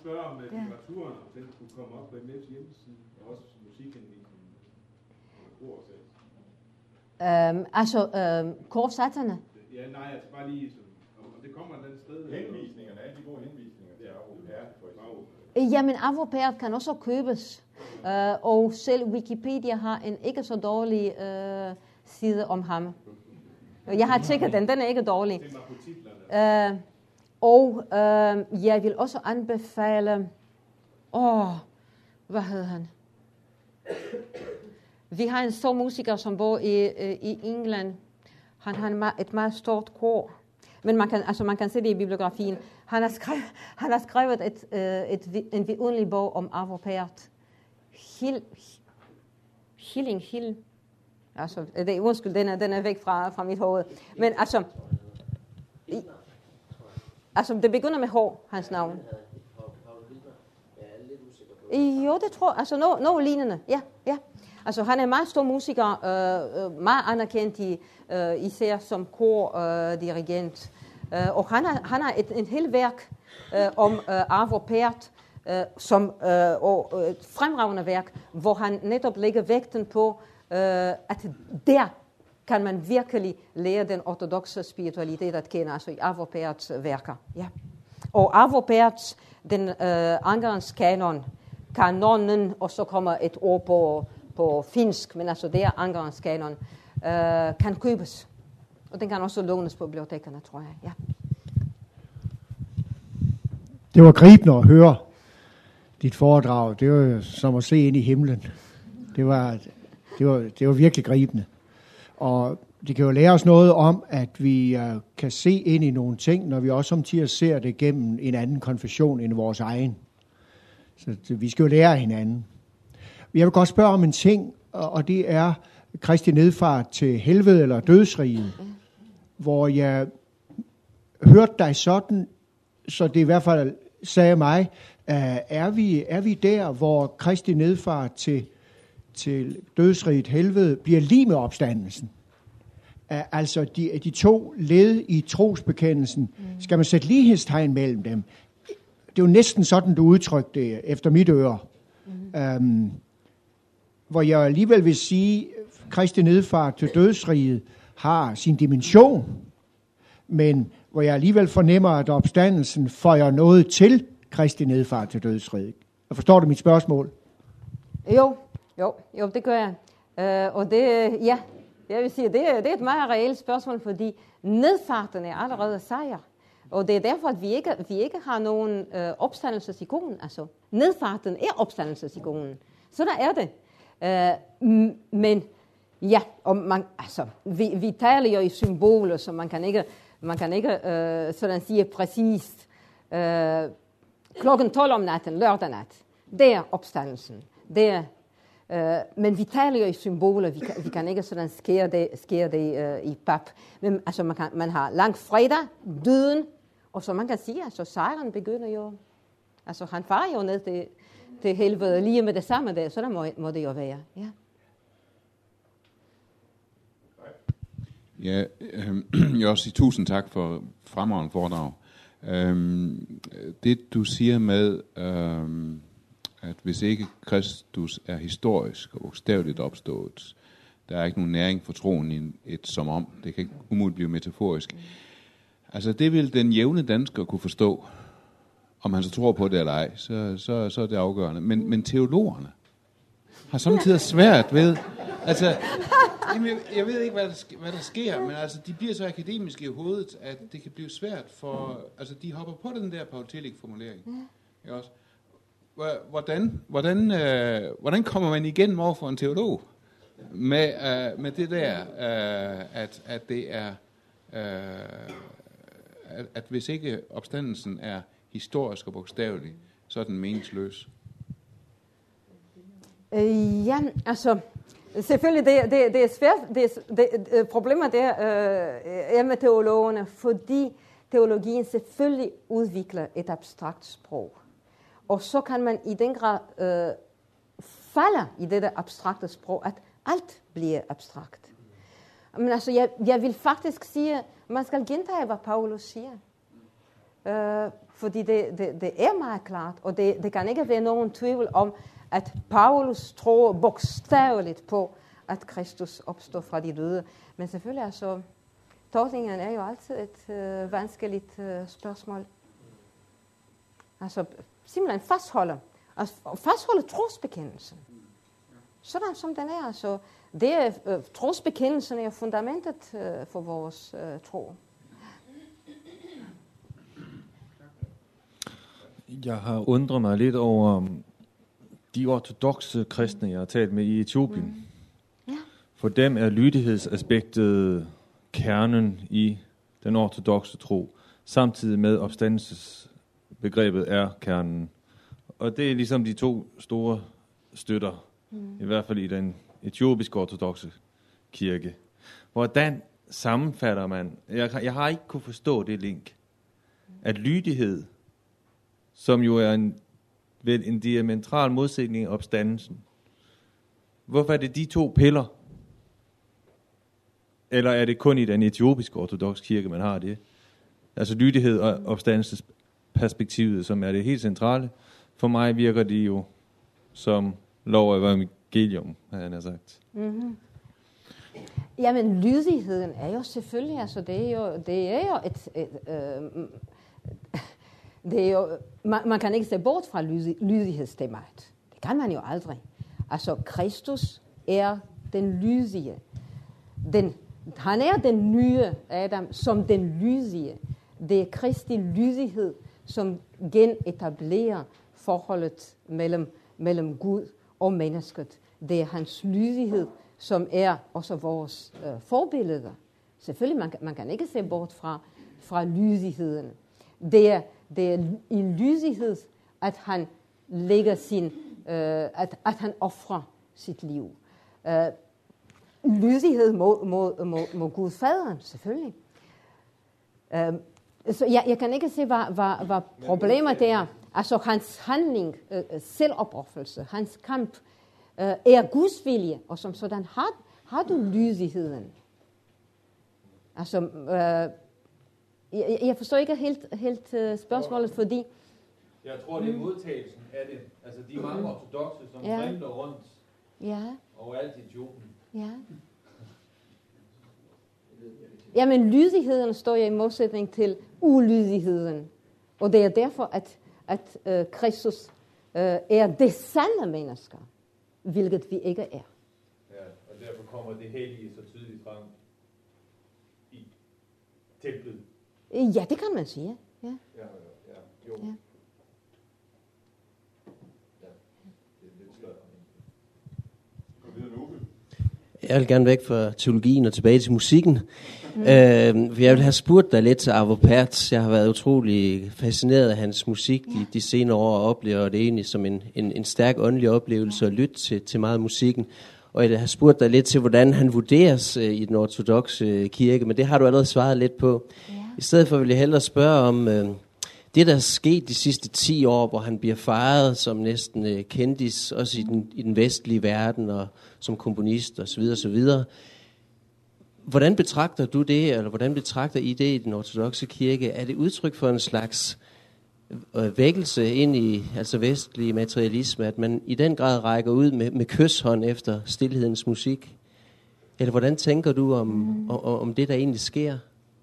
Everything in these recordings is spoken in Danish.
spørge om litteraturen, om den kunne komme op på MF's hjemmeside, og også musikhenvisningen og korsatserne? Ja, nej, altså bare lige, om det kommer et eller andet sted. Henvisningerne, alle de gode henvisninger til Avropert, for eksempel. Jamen, Avropert kan også købes, og selv Wikipedia har en ikke så dårlig side om ham. Jeg har tjekket den er ikke dårlig. Og jeg vil også anbefale, hvad hedder han? Vi har en stor musiker, som bor i England. Han har et meget stort kor. Men man kan se det i bibliografien. Han har skrevet en vidunderlig bog om Avropert. Hill. Altså, det er undskyld, den er væk fra mit hoved. Men altså, det begynder med H, hans navn. Jo, det tror jeg. Altså, noget lignende. Ja. Altså, han er en meget stor musiker, meget anerkendt især som kordirigent. Og han har et helt værk om Avropert, som et fremragende værk, hvor han netop lægger vægten på, at der kan man virkelig lære den ortodokse spiritualitet at kende, altså i Avroperts værker. Ja. Og Avroperts, den Ankerens kanonen, og så kommer et ord på finsk, men altså det er Ankerens kanon, kan købes. Og den kan også lånes på bibliotekerne, tror jeg. Ja. Det var gribende at høre dit foredrag. Det var som at se ind i himlen. Det var virkelig gribende. Og det kan jo lære os noget om, at vi kan se ind i nogle ting, når vi også samtidig ser det gennem en anden konfession end vores egen. Så vi skal jo lære af hinanden. Jeg vil godt spørge om en ting, og det er Kristi nedfart til helvede eller dødsriget, hvor jeg hørte dig sådan, så det i hvert fald sagde mig, er vi der, hvor Kristi nedfart til dødsriget helvede bliver lige med opstandelsen? Altså de to led i trosbekendelsen, skal man sætte lighedstegn mellem dem? Det er jo næsten sådan, du udtrykte det efter mit øre. Hvor jeg alligevel vil sige, Kristi nedfart til dødsriget har sin dimension, men hvor jeg alligevel fornemmer, at opstandelsen føjer noget til Kristi nedfart til dødsriget. Forstår du mit spørgsmål? Jo, det gør jeg. Og det, ja, jeg vil sige, det er et meget reelt spørgsmål, fordi nedfarten er allerede sejr. Og det er derfor, at vi ikke har nogen opstandelsesikonen. Altså, nedfarten er opstandelsesikonen. Så der er det. Men ja, og vi taler jo i symboler, så man kan ikke sådan sige præcist klokken 12 om natten, lørdag nat. Det er opstandelsen. Men vi taler jo i symboler, vi kan ikke sådan skære det i pap. Men altså, man har langfredag, døden, og så man kan sige, altså sejren begynder jo, altså han farer jo ned til helvede lige med det samme der, så der må det jo være, ja. Ja, jeg vil også sige tusind tak for fremragende foredrag. Det du siger med, at hvis ikke Kristus er historisk og bogstaveligt opstået, der er ikke nogen næring for troen i et som om. Det kan ikke umuligt blive metaforisk. Altså det vil den jævne dansker kunne forstå, om han så tror på det eller ej, så er det afgørende. Men teologerne har samtidig svært ved, altså, jeg ved ikke, hvad der sker, men altså, de bliver så akademiske i hovedet, at det kan blive svært for, altså, de hopper på den der Paul Tillich-formulering. Ikke også? Hvordan kommer man igennem over for en teolog med det der, at det er, at hvis ikke opstandelsen er historisk og bogstavelig, så er den meningsløs? Ja, altså, selvfølgelig, det er svært. Problemet er med teologerne, fordi teologien selvfølgelig udvikler et abstrakt sprog. Og så kan man i den grad falde i dette abstrakte sprog, at alt bliver abstrakt. Men altså, jeg vil faktisk sige, man skal gentage, hvad Paulus siger. Fordi det er meget klart, og det kan ikke være nogen tvivl om, at Paulus tror bogstaveligt på, at Kristus opstår fra de døde. Men selvfølgelig altså, tolkningen er jo altid et vanskeligt spørgsmål. Altså simpelthen fastholde trosbekendelsen. Sådan som den er. Altså, trosbekendelsen er fundamentet for vores tro. Jeg har undret mig lidt over de ortodokse kristne, jeg har talt med i Etiopien. Ja. For dem er lydighedsaspektet kernen i den ortodokse tro, samtidig med opstandelsesbegrebet er kernen. Og det er ligesom de to store støtter, i hvert fald i den etiopiske ortodokse kirke. Hvordan sammenfatter man, jeg har ikke kunne forstå det link, at lydighed, som jo er en diametral modsætning af opstandelsen. Hvorfor er det de to piller? Eller er det kun i den etiopiske ortodokse kirke, man har det? Altså lydighed og opstandelsesperspektivet, som er det helt centrale. For mig virker de jo som lov og evangelium, har han sagt. Mm-hmm. Jamen, lydigheden er jo selvfølgelig, altså det er jo man kan ikke se bort fra lydighedstemaet. Det kan man jo aldrig. Altså, Kristus er den lydige. Han er den nye Adam som den lydige. Det er Kristi lydighed, som genetablerer forholdet mellem Gud og mennesket. Det er hans lydighed, som er også vores forbilleder. Selvfølgelig, man kan ikke se bort fra lydigheden. Det er i lydighed, at han lægger at han offrer sit liv. Lydighed må Gud faderen, selvfølgelig. Så jeg kan ikke se, hvad problemet er. Altså hans handling, selvopoffrelse, hans kamp, er Guds vilje, og som sådan har du lydigheden. Altså, jeg forstår ikke helt spørgsmålet, fordi... Jeg tror, det er modtagelsen af det. Altså, de mange ortodokse, som strimler rundt overalt i Etiopien. Ja. Jamen, lydigheden står i modsætning til ulydigheden. Og det er derfor, at Kristus er det sande mennesker, hvilket vi ikke er. Ja, og derfor kommer det hellige så tydeligt frem i templet. Ja, det kan man sige. Ja. Jo. Ja. Jeg vil gerne væk fra teologien og tilbage til musikken. For jeg vil have spurgt dig lidt til Arvo Pärt. Jeg har været utrolig fascineret af hans musik de senere år, og oplever det egentlig som en stærk åndelig oplevelse at lytte til meget af musikken. Og jeg har spurgt dig lidt til, hvordan han vurderes i den ortodokse kirke, men det har du allerede svaret lidt på. Ja. I stedet for vil jeg hellere spørge om det, der er sket de sidste 10 år, hvor han bliver fejret som næsten kendis, også i den vestlige verden, og som komponist osv. osv. Hvordan betragter du det, eller hvordan betragter I det i den ortodokse kirke? Er det udtryk for en slags vækkelse ind i altså vestlig materialisme, at man i den grad rækker ud med kyshånd efter stilhedens musik? Eller hvordan tænker du om det, der egentlig sker?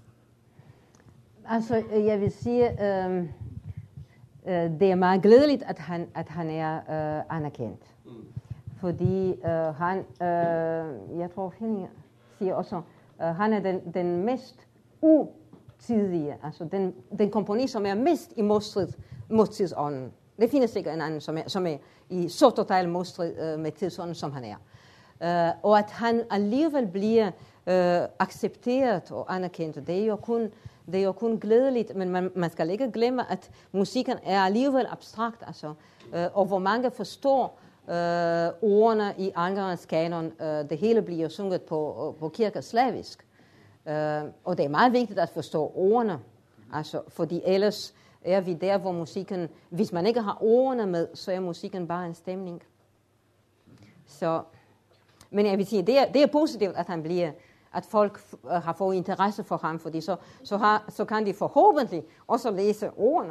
Altså, jeg vil sige, det er meget glædeligt, at han er anerkendt. Fordi jeg tror, Henning siger også, han er den mest utidige, altså den komponist, som er mest i modstridsånden. Det findes ikke en anden, som er i så total modstrid med tidsånden, som han er. Og at han alligevel bliver accepteret og anerkendt, det er jo kun glædeligt, men man skal ikke glemme, at musikken er alligevel abstrakt, altså, og hvor mange forstår ordene i Ankerens kanon. Det hele bliver sunget på kirkeslavisk. Og det er meget vigtigt at forstå ordene, altså, fordi ellers er vi der, hvor musikken, hvis man ikke har ordene med, så er musikken bare en stemning. Så, men jeg vil sige, det er positivt, at at folk har fået interesse for ham, fordi så kan de forhåbentlig også læse ordene.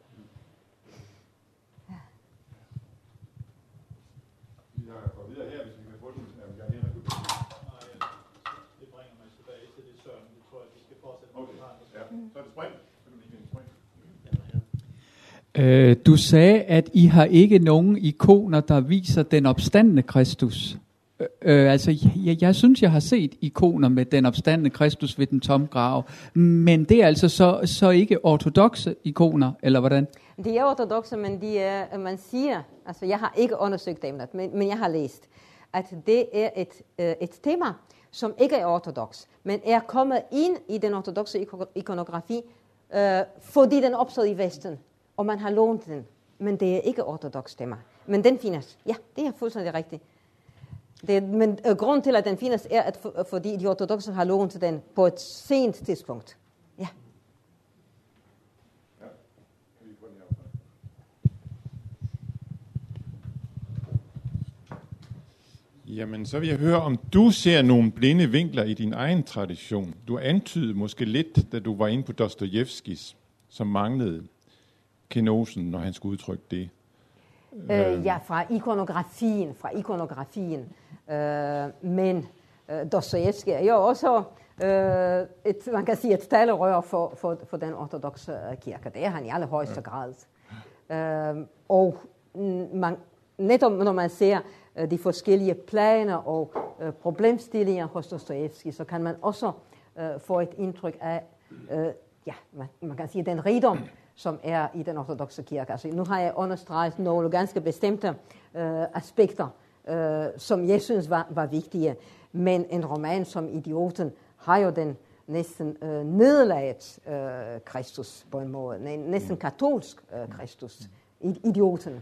Vi har gået videre her, hvis vi kan få den. Det bringer mig tilbage til det Søren. Jeg tror, at vi skal fortsætte. Okay, ja. Så er det spring. Du sagde, at I har ikke nogen ikoner, der viser den opstandne Kristus. Jeg synes, jeg har set ikoner med den opstandne Kristus ved den tomme grav. Men det er altså så ikke ortodokse ikoner, eller hvordan? De er ortodokse, men de er, man siger, altså jeg har ikke undersøgt emnet, men jeg har læst, at det er et tema, som ikke er ortodoks, men er kommet ind i den ortodokse ikonografi, fordi den opstod i Vesten, og man har lånt den. Men det er ikke ortodoks tema. Men den findes. Ja, det er fuldstændig rigtigt. Men grunden til, at den findes, er, at fordi de ortodokse har lånt den på et sent tidspunkt. Ja. Jamen, så vil jeg høre, om du ser nogle blinde vinkler i din egen tradition. Du antydede måske lidt, da du var inde på Dostojevskis, som manglede kenosen, når han skulle udtrykke det. Ja, fra ikonografien. Men Dostojevskij er jo også man kan sige et talerør for den ortodokse kirke. Det er han i allerhøjeste grad. Og netop når man ser de forskellige planer og problemstillinger hos Dostojevskij, så kan man også få et indtryk af, man kan sige, den rigdom, som er i den ortodokse kirke. Altså, nu har jeg understreget nogle ganske bestemte aspekter, som jeg synes var vigtige. Men en roman som Idioten har jo den næsten nedlaget Kristus på en måde. Næsten katolsk Kristus. Idioten.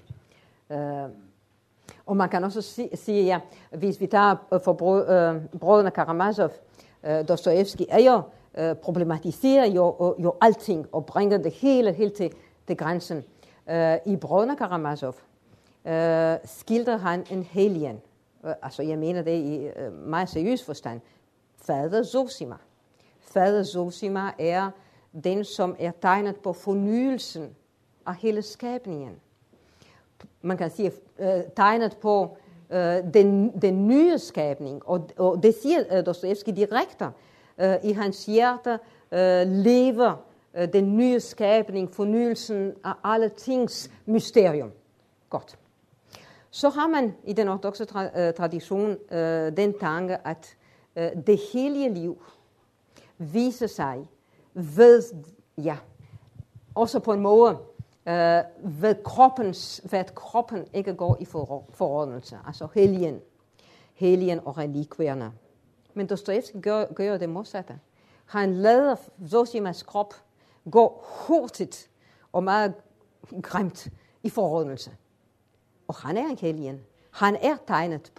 Og man kan også sige, ja, hvis vi tager for brødrene Karamazov, Dostojevskij er jo problematiserer jo alting og bringer det hele helt til grænsen. I brødrene Karamazov skildrer han en helgen. Altså jeg mener det i meget seriøs forstand. Fader Zosima. Fader Zosima er den, som er tegnet på fornyelsen af hele skabningen. Man kan sige tegnet på den nye skabning, og det siger Dostojevskij direkte. I hans hjerte lever den nye skabning, fornyelsen af alle tings mysterium. Godt. Så har man i den ortodokse tradition den tanke, at det hellige liv viser sig ved, ja, også på en måde, ved kroppen ikke går i forordnelse, altså helgen og relikvierne. Men Dostojevskij gør det modsatte. Han lader Zosimas krop gå hurtigt og meget grimt i forordnelse. Og han er en helgen. Han er tegnet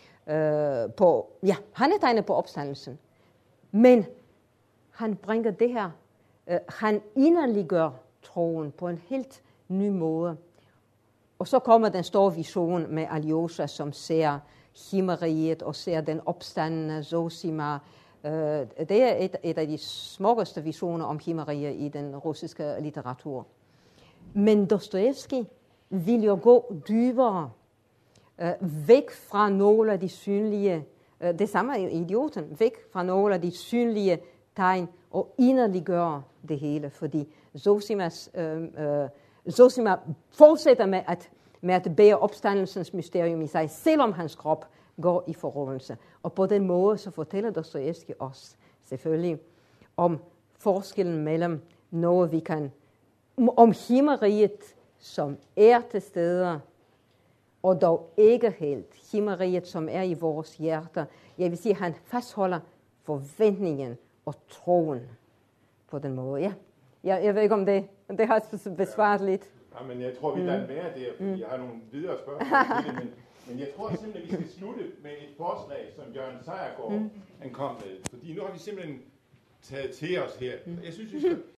på opstandelsen. Men han bringer det her, han inderliggør troen på en helt ny måde. Og så kommer den store vision med Alyosha, som ser himmeriget og ser den opstandende Zosima. Det er et af de smukkeste visioner om himmeriget i den russiske litteratur. Men Dostojevskij vil jo gå dybere, væk fra nogle af de synlige, det samme i Idioten, væk fra nogle af de synlige tegn og inderliggøre det hele, fordi Zosima fortsætter med at bære opstandelsens mysterium i sig, selvom hans krop går i forrådelse. Og på den måde så fortæller Dostojevskij os selvfølgelig om forskellen mellem noget vi kan, om himmeriget, som er til stede, og dog ikke helt himmeriget, som er i vores hjerter. Jeg vil sige, at han fastholder forventningen og troen på den måde. Ja. Jeg ved ikke, om det har besvaret lidt. Ja, men jeg tror, vi lader være der, fordi jeg har nogle videre spørgsmål til det, men jeg tror simpelthen, vi skal slutte med et forslag, som Jørgen Seiergaard han kom med. Fordi nu har vi simpelthen taget til os her. Jeg synes, vi skal